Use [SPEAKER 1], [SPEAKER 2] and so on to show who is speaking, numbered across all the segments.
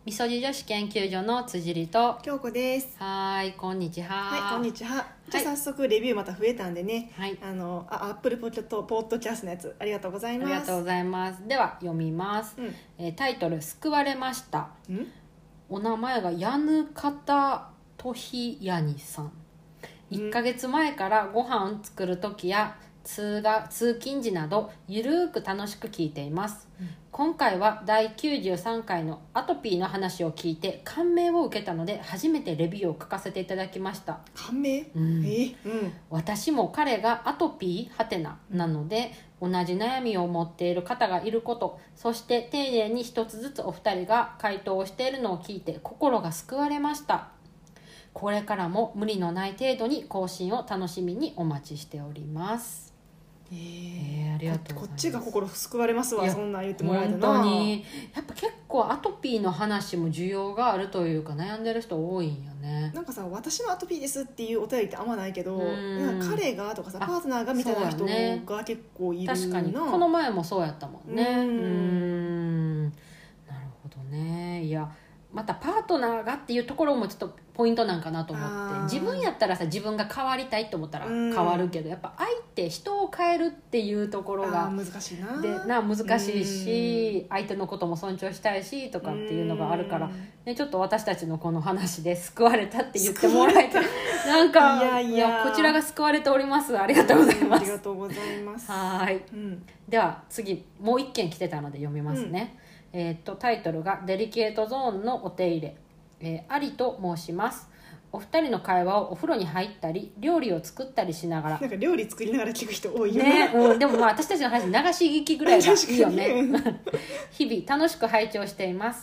[SPEAKER 1] みそじ女子研究所の辻里と
[SPEAKER 2] 京子です。
[SPEAKER 1] はい、こんにちは。
[SPEAKER 2] はい、こんにちは。じゃあ早速レビューまた増えたんでね、
[SPEAKER 1] はい、
[SPEAKER 2] アップルポッドキャストのやつありがとうございます。
[SPEAKER 1] ありがとうございます。では読みます、タイトル救われました。お名前がヤヌカタトヒヤニさん。1ヶ月前からご飯作る時や通勤時などゆるーく楽しく聞いています、今回は第93回のアトピーの話を聞いて感銘を受けたので初めてレビューを書かせていただきました。
[SPEAKER 2] 感銘、
[SPEAKER 1] 私も彼がアトピーはてななので、同じ悩みを持っている方がいること、そして丁寧に一つずつお二人が回答をしているのを聞いて心が救われました。これからも無理のない程度に更新を楽しみにお待ちしております。ありがとうございます。
[SPEAKER 2] こっちが心救われますわ。そんなん言ってもらえたな。
[SPEAKER 1] 本当にやっぱ結構アトピーの話も需要があるというか悩んでる人多いんよね。
[SPEAKER 2] なんかさ、私のアトピーですっていうお便りってあんまないけど、なんか彼がとかさ、パートナーがみたいな人が結構いるな。
[SPEAKER 1] 確かにこの前もそうやったもんね。なるほどね。いやまたパートナーがっていうところもちょっとポイントなんかなと思って、自分やったらさ、自分が変わりたいと思ったら変わるけど、やっぱ相手人を変えるっていうところが
[SPEAKER 2] 難しいな。
[SPEAKER 1] で難しいし、相手のことも尊重したいしとかっていうのがあるから、ね、ちょっと私たちのこの話で救われたって言ってもらえてなんかいやこちらが救われております。ありがとうございます。
[SPEAKER 2] ありがとうございます。
[SPEAKER 1] はい、では次もう一件来てたので読みますね。タイトルがデリケートゾーンのお手入れ、アリと申します。お二人の会話をお風呂に入ったり料理を作ったりしながら、
[SPEAKER 2] なんか料理作りながら聞く人多いよね。
[SPEAKER 1] でもまあ私たちの話流し聞きぐらいがいいよね日々楽しく拝聴しています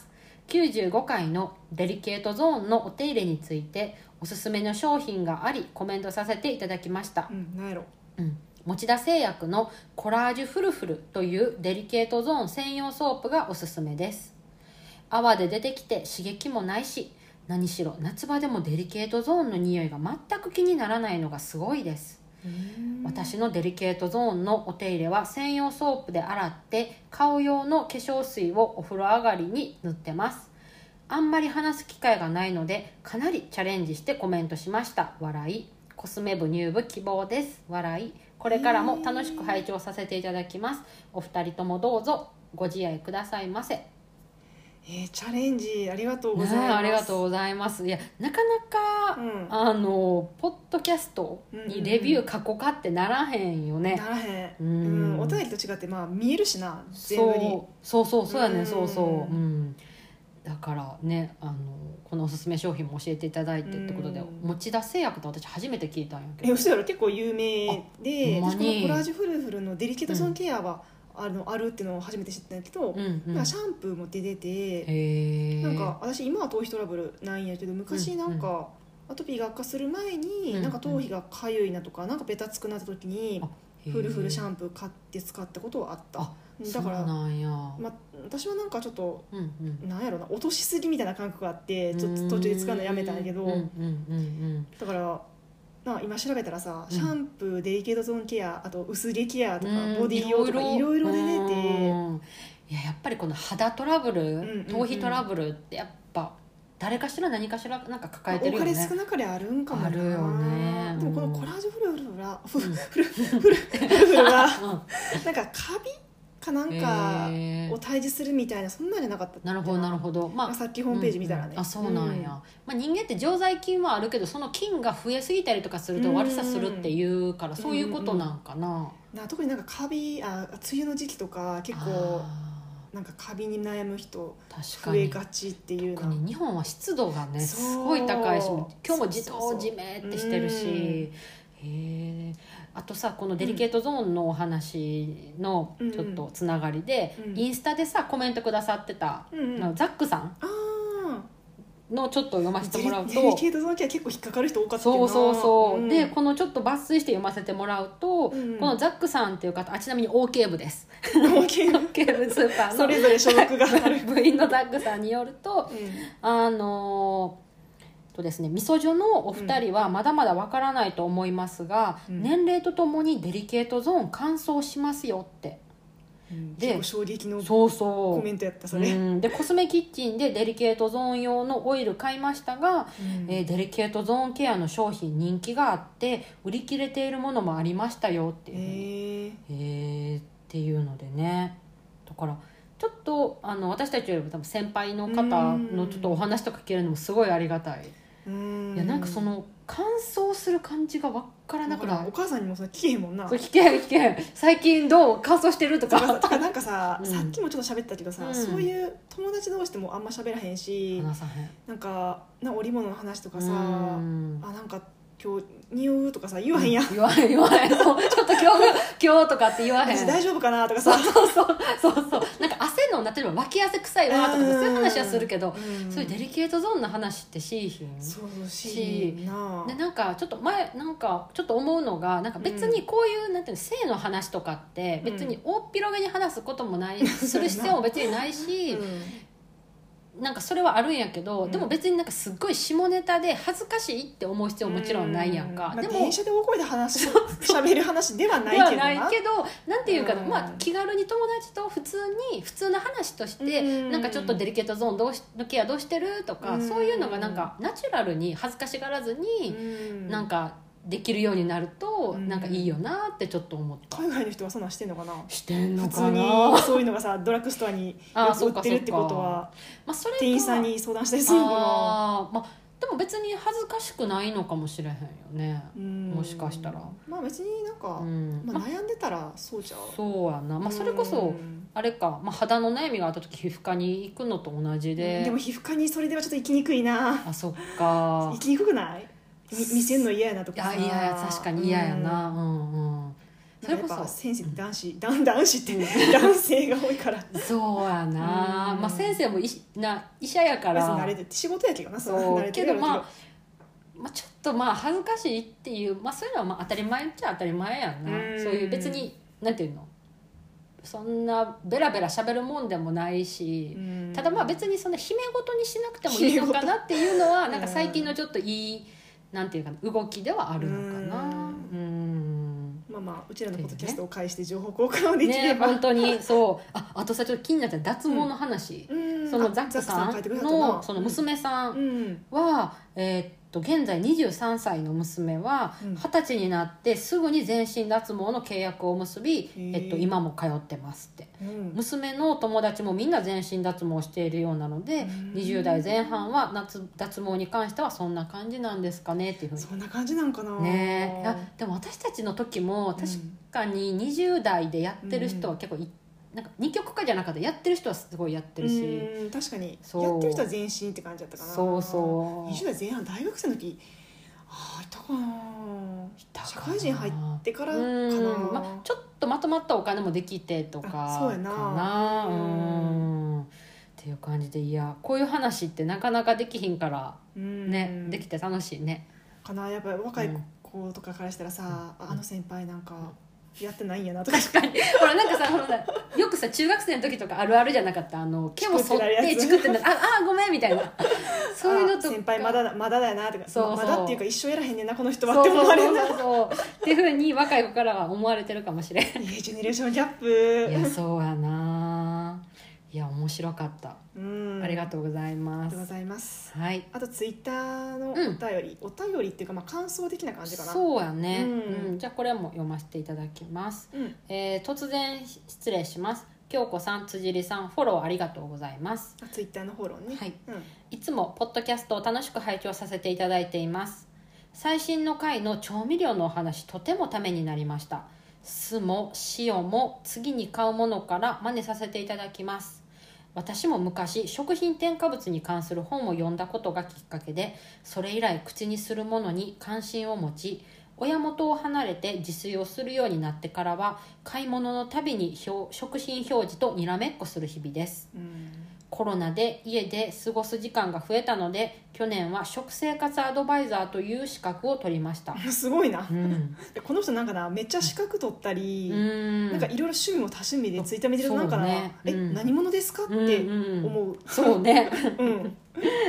[SPEAKER 1] 。95回のデリケートゾーンのお手入れについておすすめの商品がありコメントさせていただきました。
[SPEAKER 2] なんやろ、
[SPEAKER 1] 持田製薬のコラージュフルフルというデリケートゾーン専用ソープがおすすめです。泡で出てきて刺激もないし、何しろ夏場でもデリケートゾーンの匂いが全く気にならないのがすごいです。私のデリケートゾーンのお手入れは専用ソープで洗って顔用の化粧水をお風呂上がりに塗ってます。あんまり話す機会がないのでかなりチャレンジしてコメントしました。笑い。コスメ部入部希望です。笑い。これからも楽しく拝聴させていただきます。お二人ともどうぞご自愛くださいませ。
[SPEAKER 2] チャレンジありがとうございます。
[SPEAKER 1] ありがとうございます。いやなかなか、ポッドキャストにレビュー書こうかってならへんよね。
[SPEAKER 2] ならへん。お便りと違って見えるしな、全部に。
[SPEAKER 1] そうやね。だからね、このおすすめ商品も教えていただいてってことで、持田製薬と私初めて聞いたんやけど。
[SPEAKER 2] 嘘やろ、結構有名で、私このコラージュフルフルのデリケートゾーンケアは、あるっていうのを初めて知ったんやけど、シャンプーも出てて、なんか私今は頭皮トラブルないんやけど、昔なんかアトピーが悪化する前に、なんか頭皮がかゆいなとか、なんかベタつくなった時にフルフルシャンプー買って使ったことはあった。だから私はなんかちょっと、なんやろな、落としすぎみたいな感覚があって、ちょっと途中で使うのやめたんやけど、だから今調べたらさ、シャンプー、デリケートゾーンケア、あと薄毛ケアとかボディ用とかいろいろ出てて、
[SPEAKER 1] やっぱりこの肌トラブル、頭皮トラブルってやっぱ誰かしら何かしらなんか抱えてるよね。
[SPEAKER 2] 多かれ少なかれあるんかもな。
[SPEAKER 1] あるよね。
[SPEAKER 2] でもこのコラージュフルフルはなんかカビかなんかを退治するみたいな、そんなんじゃなかった。
[SPEAKER 1] なるほど。
[SPEAKER 2] さっきホームページ見たらね。
[SPEAKER 1] そうなんや。人間って常在菌はあるけど、その菌が増えすぎたりとかすると悪さするっていうから、そういうことなんかな。
[SPEAKER 2] 特になんかカビ、梅雨の時期とか結構なんかカビに悩む人増えがちっていうの。
[SPEAKER 1] 特に日本は湿度がねすごい高いし、今日もじとじめってしてるし。あとさ、このデリケートゾーンのお話のちょっとつながりで、インスタでさコメントくださってた、ザックさんのちょっと読ませてもらうと、
[SPEAKER 2] デリケートゾーンケア結構引っかかる人多かったけどな。
[SPEAKER 1] そう、でこのちょっと抜粋して読ませてもらうと、このザックさんっていう方、ちなみに OK 部ですOK 部スーパーの
[SPEAKER 2] それぞれ所属がある
[SPEAKER 1] 部員のザックさんによると、ですね、みそじょのお二人はまだまだわからないと思いますが、年齢とともにデリケートゾーン乾燥しますよって
[SPEAKER 2] 結構衝撃の
[SPEAKER 1] そうそう
[SPEAKER 2] コメントやったそれ、
[SPEAKER 1] でコスメキッチンでデリケートゾーン用のオイル買いましたが、デリケートゾーンケアの商品人気があって売り切れているものもありましたよっていうっていうのでね、だからちょっと私たちよりも多分先輩の方のちょっとお話とか聞けるのもすごいありがたい。いやなんかその乾燥する感じが分からなくない？
[SPEAKER 2] お母さんにもそれ聞けへんもんな。
[SPEAKER 1] そう聞けへん最近どう乾燥してるとか
[SPEAKER 2] なんかさ、さっきもちょっと喋ったけどさ、そういう友達同士でもあんま喋らへんし、
[SPEAKER 1] 話さへん、
[SPEAKER 2] なんか織物の話とかさ、なんか今日匂うとかさ言わへんやん、
[SPEAKER 1] 言わへんそうちょっと今日とかって言わへん、
[SPEAKER 2] 大丈夫かなとかさ、
[SPEAKER 1] そうなんか汗の例えば脇汗臭いわとかそういう話はするけど、そういうデリケートゾーンの話ってしいひん
[SPEAKER 2] し
[SPEAKER 1] で、なんかちょっと前なんかちょっと思うのが、なんか別にこういう、なんていうの性の話とかって別に大っ広げに話すこともないする必要も別にないし、なんかそれはあるんやけど、でも別になんかすっごい下ネタで恥ずかしいって思う必要ももちろんないやんか、でも
[SPEAKER 2] 電車で大声で喋る話ではないけど
[SPEAKER 1] なんていうかな、気軽に友達と普通の話として、なんかちょっとデリケートゾーンのケアどうしてるとか、そういうのがなんかナチュラルに恥ずかしがらずになんかできるようになるとなんかいいよなってちょっと思った。
[SPEAKER 2] 海外の人はそんなんしてんのかな？
[SPEAKER 1] してんのかな？
[SPEAKER 2] 普通にそういうのがさドラッグストアによく売ってるってことは、店員さんに相談したりするのかな？
[SPEAKER 1] でも別に恥ずかしくないのかもしれへんよね、もしかしたら。
[SPEAKER 2] 別になんか、悩んでたらそうちゃう？
[SPEAKER 1] そうやな、それこそあれか、肌の悩みがあった時皮膚科に行くのと同じで、
[SPEAKER 2] でも皮膚科にそれではちょっと行きにくいな。
[SPEAKER 1] そっか、
[SPEAKER 2] 行きにくくない？見せんの嫌やなとかさ。
[SPEAKER 1] いや確かに嫌やな。
[SPEAKER 2] それこそ先生って男子って男性が多いから
[SPEAKER 1] そうやな、先生も医者やから
[SPEAKER 2] 慣れて仕事やけどな。
[SPEAKER 1] そうけどちょっと恥ずかしいっていう、そういうのは当たり前っちゃ当たり前やんな。そういう別になんていうの、そんなベラベラ喋るもんでもないし、ただ別にそんな姫事にしなくてもいいのかなっていうのはなんか最近のちょっといいなんていうか動きではあるのかな。
[SPEAKER 2] うちらのポッドキャストを介して情報交換をできれば、
[SPEAKER 1] 本当にそう。あとさ、ちょっと気になった脱毛の話、そのザックさんのその娘さんは、現在23歳の娘は20歳になってすぐに全身脱毛の契約を結び、今も通ってますって、娘の友達もみんな全身脱毛しているようなので、20代前半は脱毛に関してはそんな感じなんですかねっていうふうに。
[SPEAKER 2] そんな感じなんかな
[SPEAKER 1] ね。でも私たちの時も確かに20代でやってる人は結構なんか二極化じゃなかった、やってる人はすごいやってるし、
[SPEAKER 2] 確かにやってる人は全身って感じだったかな。20代前半大学生の時いたかな。社会人入ってからかな。
[SPEAKER 1] ちょっとまとまったお金もできてとか
[SPEAKER 2] そうやな
[SPEAKER 1] っていう感じで、いやこういう話ってなかなかできひんからね、できて楽しいね
[SPEAKER 2] かな。やっぱり若い子とかからしたらさ、あの先輩なんかやってないんやなとか。
[SPEAKER 1] 確かにほらなんかさよくさ中学生の時とかあるあるじゃなかった、毛を剃ってチクってごめんみたいなそういうのとか、
[SPEAKER 2] 先輩まだだよなとか、まだっていうか一生やらへんねんなこの人はって思われるな
[SPEAKER 1] っていうふうに若い子からは思われてるかもしれん。
[SPEAKER 2] ジェネレーションギャップ。
[SPEAKER 1] いやそうやな。いや面白かった。ありがとうございます。
[SPEAKER 2] ありがとうございます。
[SPEAKER 1] はい。
[SPEAKER 2] あとツイッターのお便りっていうか感想的な感じかな。
[SPEAKER 1] そうやね。じゃあこれも読ませていただきます。突然失礼します。京子さん、辻里さん、フォローありがとうございます。
[SPEAKER 2] ツイッターのフォローね。
[SPEAKER 1] はい。いつもポッドキャストを楽しく拝聴させていただいています。最新の回の調味料のお話、とてもためになりました。酢も塩も次に買うものから真似させていただきます。私も昔食品添加物に関する本を読んだことがきっかけで、それ以来口にするものに関心を持ち、親元を離れて自炊をするようになってからは買い物のたびに食品表示とにらめっこする日々です。コロナで家で過ごす時間が増えたので、去年は食生活アドバイザーという資格を取りました。
[SPEAKER 2] すごいな、この人なんかめっちゃ資格取ったり、なんかいろいろ趣味も多趣味でツイッター見てるとなんか何者ですかって思う。
[SPEAKER 1] そうね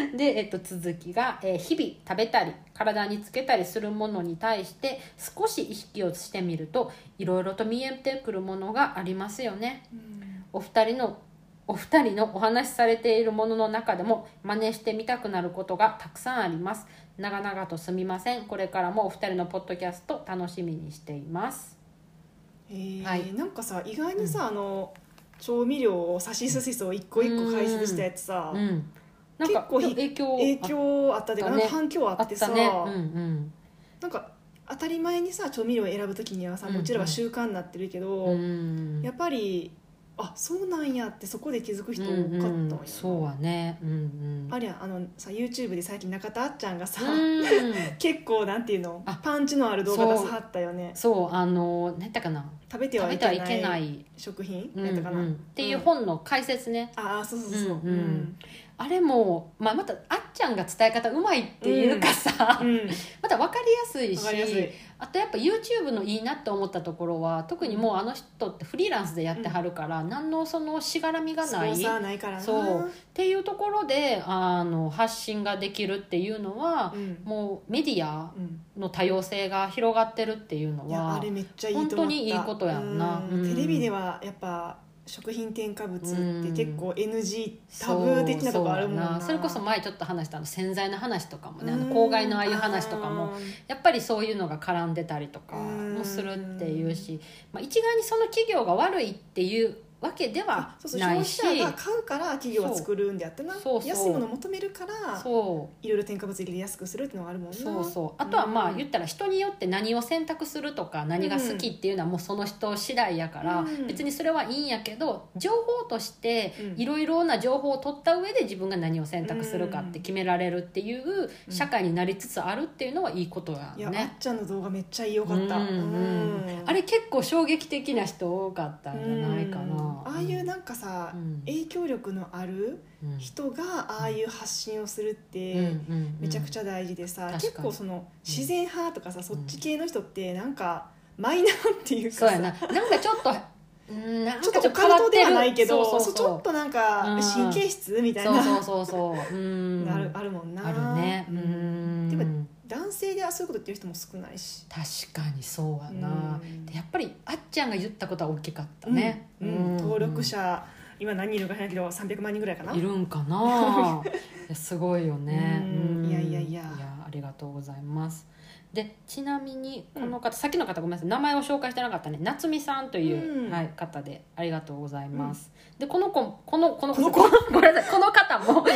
[SPEAKER 1] で、続きが、日々食べたり体につけたりするものに対して少し意識をしてみるといろいろと見えてくるものがありますよね。お二人のお話しされているものの中でも真似してみたくなることがたくさんあります。長々とすみません。これからもお二人のポッドキャスト楽しみにしています。
[SPEAKER 2] はい、なんかさ意外にさ、調味料をさしすせそを一個一個解説したやつさ、
[SPEAKER 1] なんか
[SPEAKER 2] 結構影響あったで、なんか反響あってさ、なんか当たり前にさ調味料を選ぶときにはさもちろん習慣になってるけど、やっぱりそうなんやってそこで気づく人多かったんやな。
[SPEAKER 1] そうはね、
[SPEAKER 2] あれやさ YouTube で最近中田あっちゃんがさ、結構なんていうのパンチのある動画出さはったよね。
[SPEAKER 1] そう何やったかな、
[SPEAKER 2] 食べてはいけない食品やったかな、
[SPEAKER 1] っていう本の解説ね。
[SPEAKER 2] そう
[SPEAKER 1] あれも、またあっちゃんが伝え方うまいっていうかさ、また分かりやすいし、あとやっぱ YouTube のいいなって思ったところは特にもうあの人ってフリーランスでやってはるから、何のそのしがらみがない、
[SPEAKER 2] スポンサーないからな、
[SPEAKER 1] そうっていうところで発信ができるっていうのは、もうメディアの多様性が広がってるっていうのは、
[SPEAKER 2] あれめっちゃいいと思った。
[SPEAKER 1] 本当にいいことやんな。
[SPEAKER 2] テレビではやっぱ食品添加物って結構 NG タブー的なとこあるもんな。
[SPEAKER 1] それこそ前ちょっと話した洗剤の話とかもね、公害のああいう話とかもやっぱりそういうのが絡んでたりとかもするっていうし、一概にその企業が悪いっていうわけではないし、
[SPEAKER 2] 消費者が買うから企業は作るんであってな、安いものを求めるからいろいろ添加物入れて安くするっていうのがあるもんな。
[SPEAKER 1] あとは言ったら人によって何を選択するとか何が好きっていうのはもうその人次第やから、別にそれはいいんやけど、情報としていろいろな情報を取った上で自分が何を選択するかって決められるっていう社会になりつつあるっていうのはいいことやね。
[SPEAKER 2] いやあっちゃんの動画めっちゃ良かった。
[SPEAKER 1] あれ結構衝撃的な人多かったんじゃないかな。
[SPEAKER 2] ああいうなんかさ、影響力のある人がああいう発信をするってめちゃくちゃ大事でさ、結構その自然派とかさ、そっち系の人ってなんかマイナーっていうかさ、
[SPEAKER 1] そうやな、なんかちょっと
[SPEAKER 2] ちょっとオカルトではないけど、ちょっとなんか神経質みたいな、あるもんな。
[SPEAKER 1] あるね。
[SPEAKER 2] でも男性ではそういうこと言ってる人も少ないし。
[SPEAKER 1] 確かにそうやな。やっぱりあっちゃんが言ったことは大きかったね。
[SPEAKER 2] 登録者今何人いるか知らないけど300万人ぐらいかな。
[SPEAKER 1] いるんかな。すごいよね。
[SPEAKER 2] いや
[SPEAKER 1] ありがとうございます。でちなみにこの方、さっきの方ごめんなさい、名前を紹介してなかったね。夏美さんという、方でありがとうございます。でこの方もごめんなさい、この方も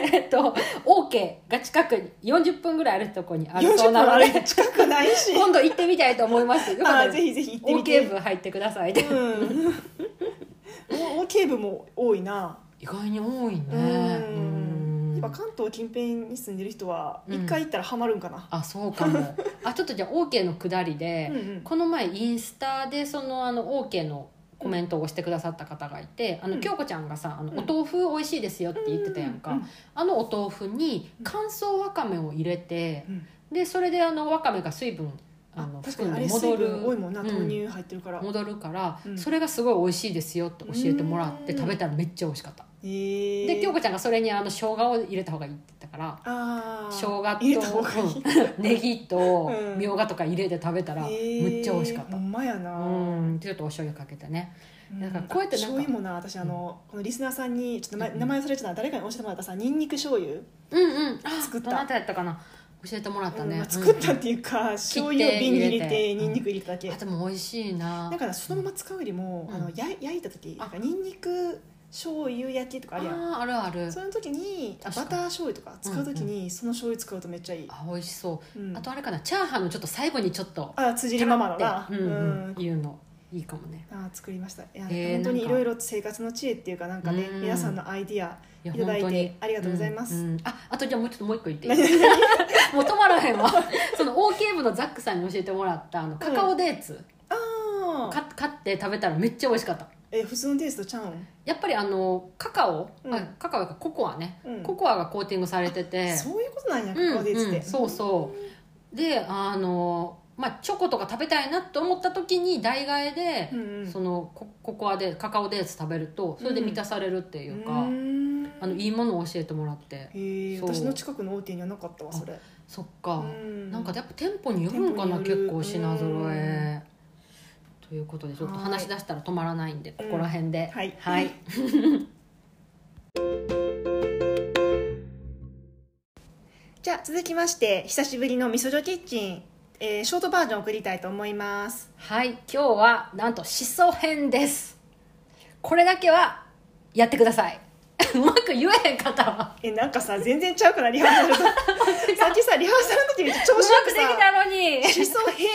[SPEAKER 1] OK が近くに40分ぐらいあるところにあるそうなので、
[SPEAKER 2] 近くないし
[SPEAKER 1] 今度行ってみたいと思います。よかったら
[SPEAKER 2] ぜひぜひ行ってみて。
[SPEAKER 1] OK 部入ってください。
[SPEAKER 2] OK 部も多いな。
[SPEAKER 1] 意外に多いね。
[SPEAKER 2] やっぱ関東近辺に住んでる人は一回行ったらハマるんかな。
[SPEAKER 1] そうかも。ちょっとじゃあ OK の下りで、この前インスタでそのOK のコメントをしてくださった方がいて、京子ちゃんがさお豆腐美味しいですよって言ってたやんか。お豆腐に乾燥わかめを入れて、でそれでわかめが水分
[SPEAKER 2] 確かに戻る、多いもんな、豆乳入ってるから
[SPEAKER 1] 戻るから、それがすごい美味しいですよって教えてもらって食べたらめっちゃ美味しかった。で京子ちゃんがそれに生姜を入れた方がいいって言ったから、生姜とネギとみょうがとか入れて食べたらめっちゃ美味しかった。
[SPEAKER 2] ほんまやな。
[SPEAKER 1] ちょっとお醤油かけてね。だからこうやって
[SPEAKER 2] 醤油もな、私このリスナーさんにちょっと名前忘れちゃった、誰かに教えてもらったさ、ニンニク醤油作った。
[SPEAKER 1] どなたやったかな、教えてもらったね。
[SPEAKER 2] 作ったっていうか、醤油を瓶に入れてニンニク入れただけ。
[SPEAKER 1] でも美味しいな。
[SPEAKER 2] だからそのまま使うよりも焼いた時なんかニンニク醤油焼きとかあるやん。
[SPEAKER 1] ある。
[SPEAKER 2] その時にバター醤油とか使う時にその醤油使うとめっちゃいい。
[SPEAKER 1] 美味しそう。あとあれかな、チャーハンのちょっと最後にちょっと
[SPEAKER 2] 辻りママのな
[SPEAKER 1] いうのいいかもね。
[SPEAKER 2] 作りました。本当にいろいろ生活の知恵っていうかなんかね、皆さんのアイディアいただいてありがとうございます。
[SPEAKER 1] あとじゃあもう一個言っていい？もう止まらへんわ。その OK 部のザックさんに教えてもらったカカオデーツ買って食べたらめっちゃ美味しかった。
[SPEAKER 2] 普通のテイストちゃうん？
[SPEAKER 1] やっぱりカカオがココアね、ココアがコーティングされてて、
[SPEAKER 2] そういうことなんや、カカオデーツって。
[SPEAKER 1] そうでチョコとか食べたいなと思った時に代替えで、そのカカオデーツ食べるとそれで満たされるっていうか、 いいものを教えてもらって。
[SPEAKER 2] 私の近くの大手にはなかったわそれ。
[SPEAKER 1] そっか、なんかやっぱ店舗によるんかな、結構品揃えということで、ちょっと話し出したら止まらないんで、ここら辺で、はい、はい
[SPEAKER 2] じゃあ続きまして久しぶりのみそじょキッチン、ショートバージョンを送りたいと思います。
[SPEAKER 1] はい、今日はなんとしそ編です。これだけはやってください。うまく言えへんかったわ。
[SPEAKER 2] なんかさ全然ちゃうかな、リハーサルとさっきさリハーサルの時めっちゃ調子よくさ
[SPEAKER 1] うまくできたのに
[SPEAKER 2] しそ編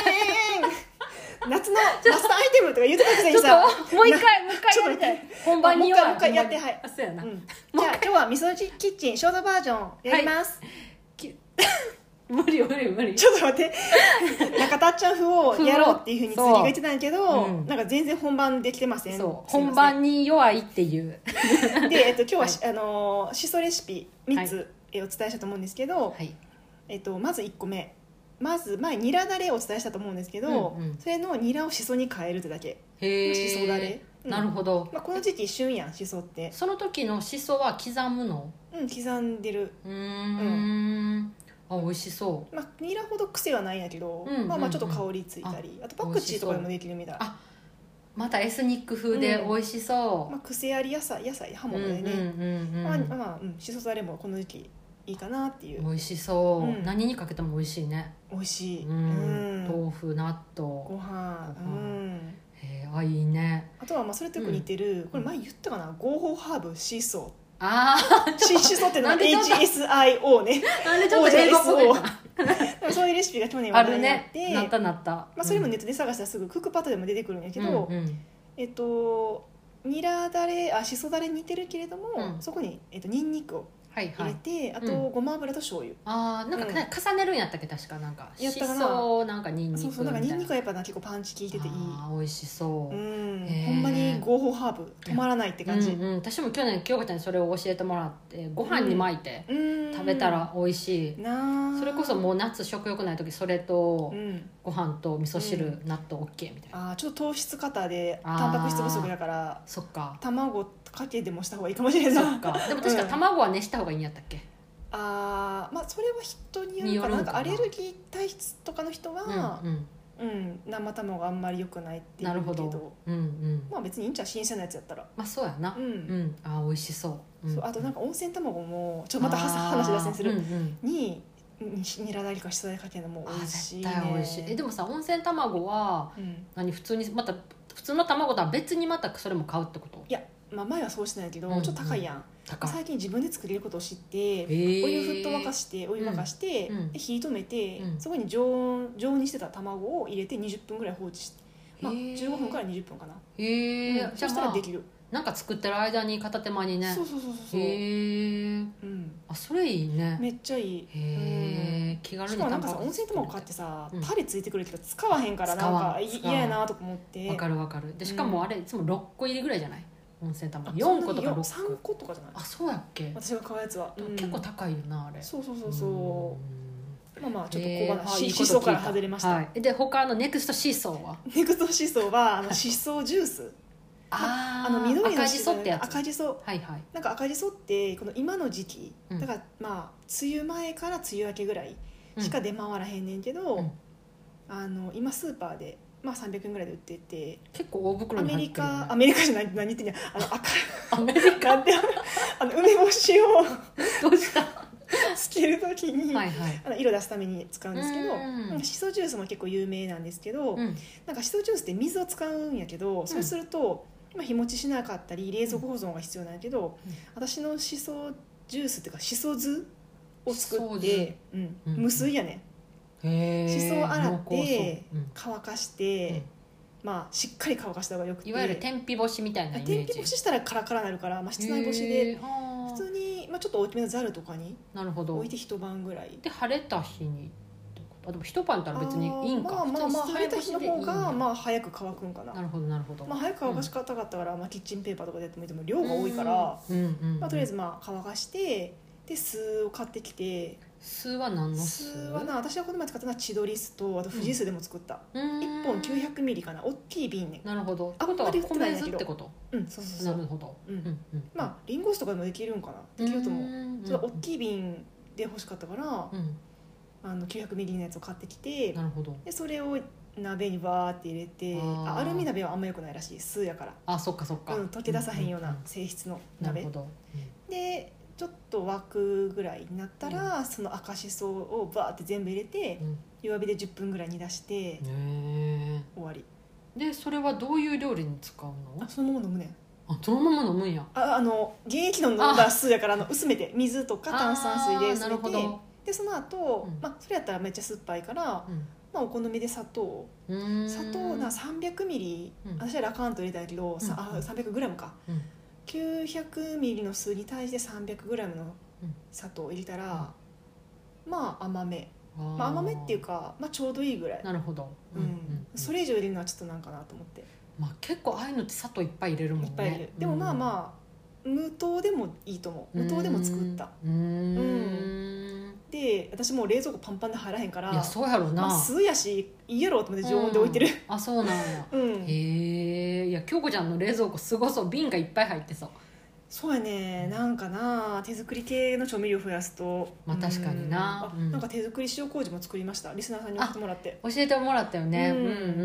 [SPEAKER 2] 夏のマスターアイテムとか言ってたくせにさ、
[SPEAKER 1] もう一回やりたい。本番には
[SPEAKER 2] もう一回やって、はい。
[SPEAKER 1] そうやな、
[SPEAKER 2] じゃあ今日はみそじキッチンショートバージョンやります、
[SPEAKER 1] 無理
[SPEAKER 2] ちょっと待って、中田ちゃん風をやろうっていうふうに釣りが言ってたんやけど、なんか全然本番できてません。
[SPEAKER 1] 本番に弱いっていう
[SPEAKER 2] で、今日は、しそレシピ3つ、お伝えしたと思うんですけど、まず1個目、まず前ニラだれをお伝えしたと思うんですけど、それのニラをしそに変えるってだけ。しそだれ、
[SPEAKER 1] なるほど、
[SPEAKER 2] この時期旬やんしそって。
[SPEAKER 1] その時のしそは刻むの？
[SPEAKER 2] 刻んでる。
[SPEAKER 1] 美味しそう。
[SPEAKER 2] ニラほど癖はないんやけど、ちょっと香りついたり、あとパクチーとかでもできるみたい。
[SPEAKER 1] またエスニック風で美味しそう。
[SPEAKER 2] 癖あり野菜刃物でね、しそだれもこの時期いいかなっていう。
[SPEAKER 1] 美味しそう、何にかけても美味しいね。
[SPEAKER 2] 美味しい、
[SPEAKER 1] 豆腐、納豆、
[SPEAKER 2] ご飯、
[SPEAKER 1] いいね。
[SPEAKER 2] あとはそれとよく似てる、これ前言ったかな、合法ハーブシソ。
[SPEAKER 1] し
[SPEAKER 2] そってのは HSIO ね。
[SPEAKER 1] なんでちょっと英語っぽい
[SPEAKER 2] なそういうレシピが去年話題になって、
[SPEAKER 1] なった。
[SPEAKER 2] それもネットで探したらすぐクックパッドでも出てくるんやけど、ニラだれ、しそだれに似てるけれども、そこにニンニクを入れて、あとごま油と醤油。
[SPEAKER 1] なんか重ねるんやったっけ、確か。なんかしそ、なんかニンニクみたいな。
[SPEAKER 2] そうなんかニンニクはやっぱ結構パンチ効いてていい。
[SPEAKER 1] 美味しそう。
[SPEAKER 2] ほんまに合法ハーブ止まらないって感じ。
[SPEAKER 1] 私も去年京子ちゃんにそれを教えてもらって、ご飯に巻いて食べたら美味しい。それこそもう夏食欲ない時、それとご飯と味噌汁、納豆 OK みたいな。
[SPEAKER 2] ちょっと糖質過多でタンパク質不足だから、
[SPEAKER 1] そっか、
[SPEAKER 2] 卵かけでもした方がいいかもしれない。
[SPEAKER 1] そっか。でも確か卵は熱した方がいいんやったっけ。
[SPEAKER 2] それは人によるかな。なんかアレルギー体質とかの人は生卵あんまり良くないっていうけど、別にいいんちゃう、新鮮なやつやったら。
[SPEAKER 1] そうやな。美味しそう。
[SPEAKER 2] あとなんか温泉卵もまた話脱線するにニラだれかしそだれかけるのも美味しいね。
[SPEAKER 1] 絶対美味しい。でもさ、温泉卵は普通にまた普通の卵とは別にまたそれも買うってこと？
[SPEAKER 2] いや、前はそうしてないけど、ちょっと高いやん。最近自分で作れることを知って、お湯沸かして火止めて、そこに常温にしてた卵を入れて20分ぐらい放置して、15分から20分かな。そしたらできる。
[SPEAKER 1] なんか作ってる間に片手間にね。
[SPEAKER 2] そう
[SPEAKER 1] それいいね。
[SPEAKER 2] めっちゃいい。
[SPEAKER 1] 気軽に。
[SPEAKER 2] しかもなんかさ、温泉卵買ってさ、タレついてくるけど使わへんから、なんか嫌やなとか思って。
[SPEAKER 1] わかる。でしかもあれいつも6個入りぐらいじゃない？温泉卵4個とか6個、
[SPEAKER 2] 3個とかじゃない？
[SPEAKER 1] そうやっけ？
[SPEAKER 2] 私が買うやつは
[SPEAKER 1] 結構高いよな、あれ。
[SPEAKER 2] そう。ちょっと小話、シソから外れました。
[SPEAKER 1] で、他のネクストシソは
[SPEAKER 2] シソジュース。
[SPEAKER 1] 緑の赤じそってやつ。
[SPEAKER 2] 赤じそ。なんか赤じそってこの今の時期だから、梅雨前から梅雨明けぐらいしか出回らへんねんけど、今スーパーで300円ぐらいで売ってて、
[SPEAKER 1] 結構大袋に入ってる、ね、
[SPEAKER 2] アメリカじゃない、何言ってんや、アメリカって梅干しを
[SPEAKER 1] どうした
[SPEAKER 2] つけるときに、色出すために使うんですけど、しそジュースも結構有名なんですけど、なんかしそジュースって水を使うんやけど、そうすると日持ちしなかったり冷蔵庫保存が必要なんやけど、私のしそジュースっていうかしそ酢を作って、無水やねん。しそを洗って乾かして、しっかり乾かした方がよくて、
[SPEAKER 1] いわゆる天日干しみたいなイメージ。
[SPEAKER 2] 天日干ししたらカラカラになるから、室内干しで普通に、ちょっと大きめのザルとかに置いて一晩ぐらい
[SPEAKER 1] で、晴れた日に。でも一晩だったら別にいいんか。
[SPEAKER 2] 晴れた日の方が早く乾くんかな。
[SPEAKER 1] なるほど。
[SPEAKER 2] 早く乾かし方かったから、キッチンペーパーとかでやってもいいと思う。量が多いから、とりあえず乾かしてで酢を買ってきて、
[SPEAKER 1] 酢は何の酢？
[SPEAKER 2] 酢はな、私がこの前使ったのはチドリ酢とあと富士酢でも作った、1本900ミリかな、大きい瓶ね。
[SPEAKER 1] なるほど。
[SPEAKER 2] あんまり売ってないんだけど。
[SPEAKER 1] 米酢ってこと？
[SPEAKER 2] そうそうそう。
[SPEAKER 1] なるほど。
[SPEAKER 2] まあリンゴ酢とかでもできるんかな、できると思う。それ大きい瓶で欲しかったから、900ミリのやつを買ってきて、
[SPEAKER 1] なるほど。
[SPEAKER 2] でそれを鍋にバーって入れて、アルミ鍋はあんま良くないらしい、酢やから。
[SPEAKER 1] あ、そっかそっか。
[SPEAKER 2] 溶け出さへんような性質の鍋。
[SPEAKER 1] なるほど。
[SPEAKER 2] でちょっと沸くぐらいになったら、その赤しそをバーって全部入れて、弱火で10分ぐらい煮出して終わり
[SPEAKER 1] で。それはどういう料理に使うの？
[SPEAKER 2] そのまま飲むねん。
[SPEAKER 1] そのまま飲むんや。
[SPEAKER 2] 原液の飲んだ酢やから薄めて、水とか炭酸水で薄めて、でその後、それやったらめっちゃ酸っぱいから、お好みで砂糖な300ミリ、私はラカント入れたんやけど、300グラムか、900ミリの酢に対して300グラムの砂糖を入れたら、甘め、甘めっていうか、ちょうどいいぐらい。
[SPEAKER 1] なるほど。
[SPEAKER 2] それ以上入れるのはちょっとなんかなと思って。
[SPEAKER 1] 結構ああいうのって砂糖いっぱい入れるもんね。
[SPEAKER 2] いっぱい入れる。でも無糖でもいいと思う。無糖でも作った。で私もう冷蔵庫パンパンで入らへんから、
[SPEAKER 1] いやそうやろうな、
[SPEAKER 2] 酢やしいいやろと思って常温で置いてる。
[SPEAKER 1] あ、そうなんや。へえ。いや京子ちゃんの冷蔵庫すごそう、瓶がいっぱい入ってそう。
[SPEAKER 2] そうやね。なんかな、手作り系の調味料増やすと、
[SPEAKER 1] 確かにな。
[SPEAKER 2] なんか手作り塩麹も作りました。リスナーさんに教えてもらって。
[SPEAKER 1] 教えてもらったよね。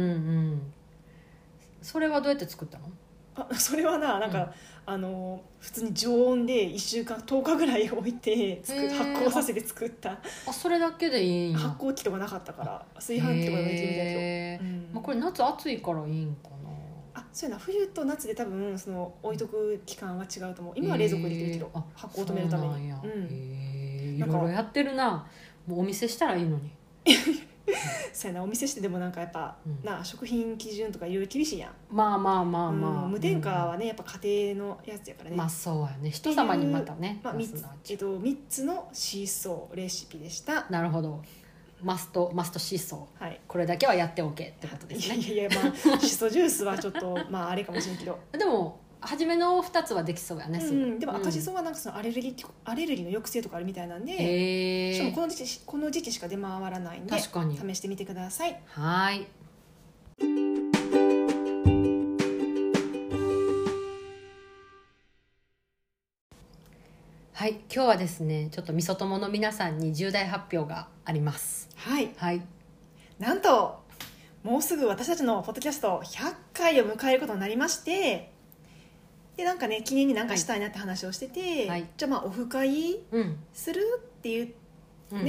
[SPEAKER 1] それはどうやって作ったの？
[SPEAKER 2] それはなんか、普通に常温で1週間10日ぐらい置いて発酵させて作った。
[SPEAKER 1] それだけでいいんや。
[SPEAKER 2] 発酵機とかなかったから炊飯器とかでもできるみたいだけど、
[SPEAKER 1] これ夏暑いからいいんかな。
[SPEAKER 2] そうやな、冬と夏で多分その置いとく期間は違うと思う。今は冷蔵庫入れてるけど、発酵を止めるために。
[SPEAKER 1] いろいろやってるな。もうお店したらいいのに。
[SPEAKER 2] そうやな、お店してでもなんかやっぱ、食品基準とかいろいろ厳しいやん。無添加はねやっぱ家庭のやつやからね。
[SPEAKER 1] そうやね、人様にまたね。
[SPEAKER 2] 3つのシーソーレシピでした。
[SPEAKER 1] なるほど。マストシーソー、これだけはやっておけってことですね。
[SPEAKER 2] いやシソジュースはちょっとあれかもしれんけど
[SPEAKER 1] でも初めの2つはできそうやね。
[SPEAKER 2] でも赤しそはなんかそのアレルギーの抑制とかあるみたいなんで、しかもこの時期しか出回らないんで、試してみてください。
[SPEAKER 1] はい。はい、今日はですね、ちょっとみそ友の皆さんに重大発表があります。
[SPEAKER 2] はい、なんともうすぐ私たちのポッドキャスト100回を迎えることになりまして、でなんかね記念になんかしたいなって話をしてて、じゃあオフ会するっていう、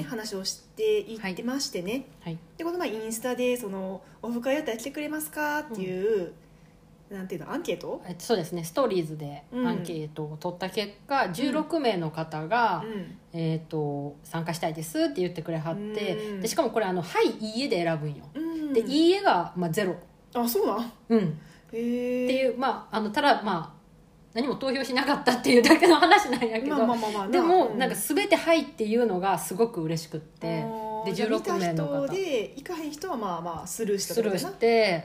[SPEAKER 2] 話をしていってましてね、でこの前インスタでそのオフ会やったら来てくれますかっていう、なんていうの、アンケート、
[SPEAKER 1] そうですね、ストーリーズでアンケートを取った結果、16名の方が、参加したいですって言ってくれはって、でしかもこれはいいえで選ぶんよ、でいいえがゼロ。
[SPEAKER 2] そうなん、
[SPEAKER 1] っていう、ただ何も投票しなかったっていうだけの話なんやけど、でもなんか全てはいっていうのがすごく嬉しくって、で16名の方
[SPEAKER 2] で行かへん人はスルーした
[SPEAKER 1] スルーして、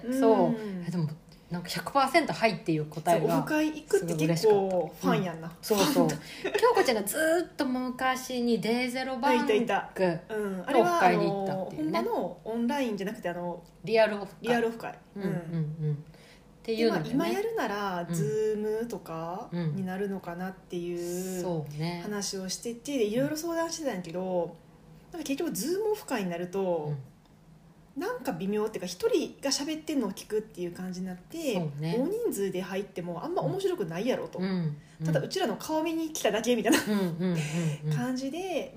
[SPEAKER 1] そうでもなんか 100% はいっていう答えが
[SPEAKER 2] オフ会行くって結構ファンやんな。
[SPEAKER 1] そう京子ちゃんがずっと昔にデーゼロバンクのオフ会に行ったっていうね。
[SPEAKER 2] ほんまのオンラインじゃなくて
[SPEAKER 1] リアルオフ会
[SPEAKER 2] っていうので、今やるなら Zoom とかになるのかなっていう話をしてて、いろいろ相談してたんやけど、なんか結局 Zoom オフ会になると、なんか微妙っていうか一人が喋ってんのを聞くっていう感じになって、大人数で入ってもあんま面白くないやろと、ただうちらの顔見に来ただけみたいな感じで、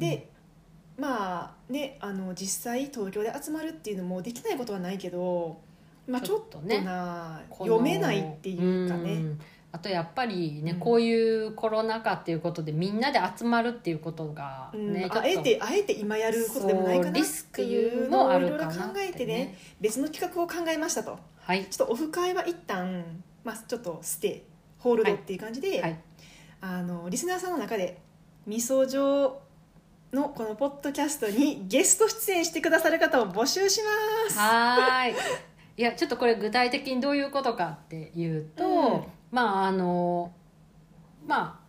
[SPEAKER 2] 実際東京で集まるっていうのもできないことはないけど、ちょっと読めないっていうかね、
[SPEAKER 1] あとやっぱりね、こういうコロナ禍っていうことでみんなで集まるっていうことがね、
[SPEAKER 2] あえて今やることでもないかなっていうのをいろいろ考えてね、別の企画を考えましたと。ちょっとオフ会は一旦ちょっとホールドっていう感じで、リスナーさんの中でみそ状のこのポッドキャストにゲスト出演してくださる方を募集します。
[SPEAKER 1] いやちょっとこれ具体的にどういうことかっていうと、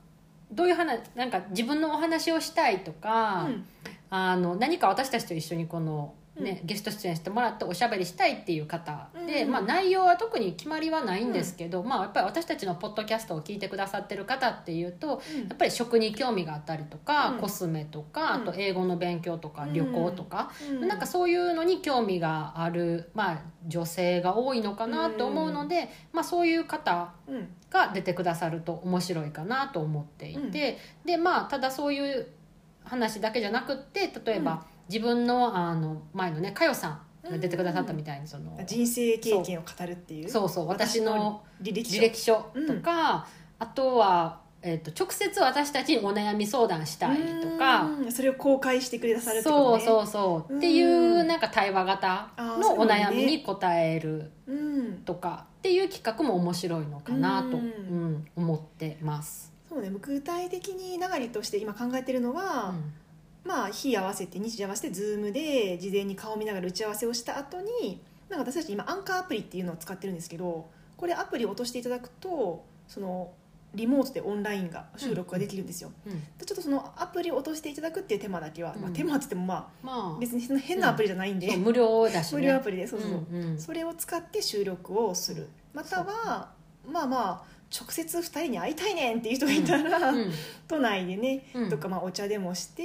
[SPEAKER 1] どういう話なんか自分のお話をしたいとか、何か私たちと一緒にこのね、ゲスト出演してもらっておしゃべりしたいっていう方で、内容は特に決まりはないんですけど、やっぱり私たちのポッドキャストを聞いてくださってる方っていうと、やっぱり食に興味があったりとか、コスメとか、あと英語の勉強とか、旅行とか、なんかそういうのに興味がある、女性が多いのかなと思うので、そういう方が出てくださると面白いかなと思っていて、でただそういう話だけじゃなくって、例えば、自分の前のねかよさんが出てくださったみたいに、その
[SPEAKER 2] 人生経験を語るっていう、
[SPEAKER 1] そう私の履歴書とか、あとは、直接私たちにお悩み相談したいとか、
[SPEAKER 2] それを公開してくださるってことね。
[SPEAKER 1] そうっていうなんか対話型のお悩みに答えるとかっていう企画も面白いのかなと、思ってます。
[SPEAKER 2] そうね、具体的に流れとして今考えてるのは、日合わせて日時合わせて Zoom で事前に顔見ながら打ち合わせをした後に、なんか私たち今アンカーアプリっていうのを使ってるんですけど、これアプリを落としていただくとそのリモートでオンラインが収録ができるんですよ、ちょっとそのアプリを落としていただくっていう手間だけは、手間って言っても別にその変なアプリじゃないんで、
[SPEAKER 1] 無料だし、
[SPEAKER 2] 無料アプリでそれを使って収録をする、または直接2人に会いたいねんっていう人がいたら、都内でね、とかお茶でもして、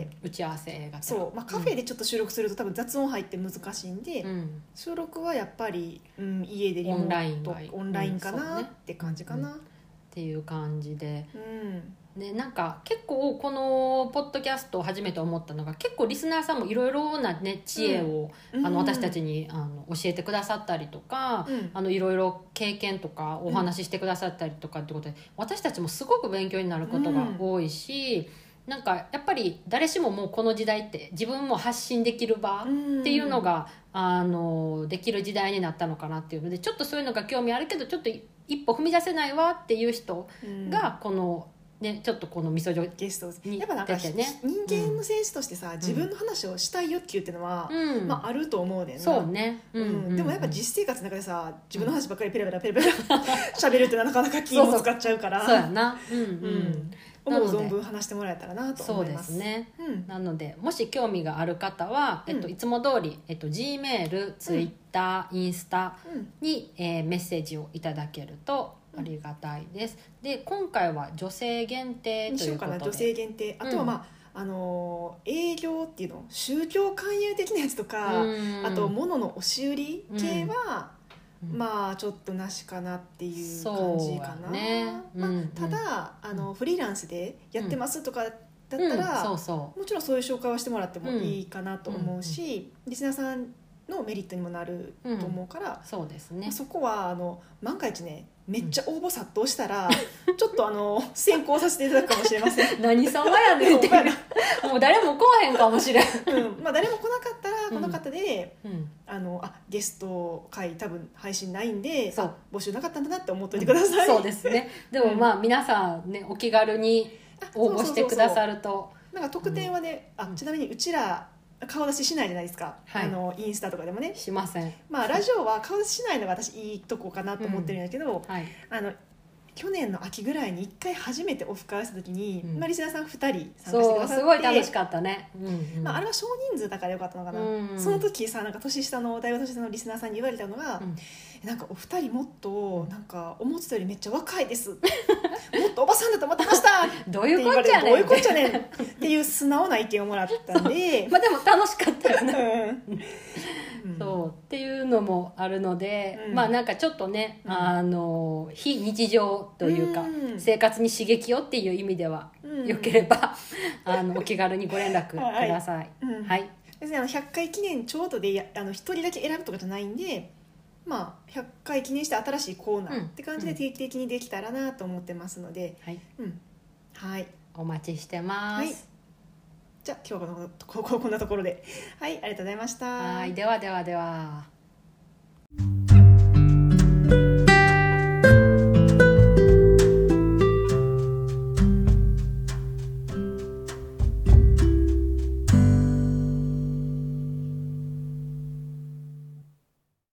[SPEAKER 1] 打ち合わせが
[SPEAKER 2] そう、カフェでちょっと収録すると多分雑音入って難しいんで、収録はやっぱり、家でリモートオンラインかなって感じかな、
[SPEAKER 1] っていう感じで、でなんか結構このポッドキャストを初めて思ったのが、結構リスナーさんもいろいろな、知恵を、私たちに教えてくださったりとか、いろいろ経験とかお話ししてくださったりとかってことで、私たちもすごく勉強になることが多いし、なんかやっぱり誰しももうこの時代って自分も発信できる場っていうのが、できる時代になったのかなっていうので、ちょっとそういうのが興味あるけどちょっと一歩踏み出せないわっていう人がこの、ちょっとこのみそじょ
[SPEAKER 2] ゲスト
[SPEAKER 1] に
[SPEAKER 2] やっぱなんか、人間の性質としてさ、自分の話をしたい欲求っていうのは、あると思うねんな。
[SPEAKER 1] そうね、
[SPEAKER 2] でもやっぱ実生活の中でさ、自分の話ばっかりペラペラ喋るってなかなか気も使っちゃうから、
[SPEAKER 1] そうやな、
[SPEAKER 2] 思う存分話してもらえたらなと思います。
[SPEAKER 1] そうですね、なのでもし興味がある方は、いつも通り、Gmail、Twitter、インスタに、メッセージをいただけるとありがたいです。で今回は女性限定ということで、
[SPEAKER 2] 女性限定、あとは営業っていうの、宗教勧誘的なやつとか、あと物の押し売り系は、ちょっとなしかなっていう感じかな、ただフリーランスでやってますとかだったら、もちろんそういう紹介はしてもらってもいいかなと思うし、リスナーさんのメリットにもなると思うから、
[SPEAKER 1] そうですね、
[SPEAKER 2] そこは万が一ね、めっちゃ応募殺到したら、ちょっと先行させていただくかもしれません。
[SPEAKER 1] 何様やねんってもう誰も来へんかもしれん、
[SPEAKER 2] 誰も来なかったらこの方で、ゲスト会多分配信ないんで、募集なかったんだなって思っといてください。
[SPEAKER 1] そうですね。でも皆さんね、お気軽に応募してくださると、
[SPEAKER 2] なんか特典はね、ちなみにうちら顔出ししないじゃないですか、インスタとかでもね
[SPEAKER 1] しません。
[SPEAKER 2] ラジオは顔出ししないのが私いいとこかなと思ってるんだけど、去年の秋ぐらいに1回初めてオフ会した時に、リスナーさん2人参加してくださって、
[SPEAKER 1] すごい楽しかったね、
[SPEAKER 2] あれは少人数だからよかったのかな、その時さ、なんかだいぶ年下のリスナーさんに言われたのが、なんかお二人もっとなんか思ってたよりめっちゃ若いですもっとおばさんだと思ってました
[SPEAKER 1] どういうこっちゃねん
[SPEAKER 2] どういうこっちゃねんっていう素直な意見をもらったんで
[SPEAKER 1] でも楽しかったよねそうっていうのもあるので、なんかちょっとね、非日常というか、生活に刺激をっていう意味では、よければお気軽にご連絡ください。
[SPEAKER 2] 別に100回記念ちょうどで1人だけ選ぶとかじゃないんで、100回記念して新しいコーナーって感じで定期的にできたらなと思ってますので、
[SPEAKER 1] お待ちしてます。
[SPEAKER 2] じゃあ今日はこんなところで、ありがとうございました。
[SPEAKER 1] ではではでは。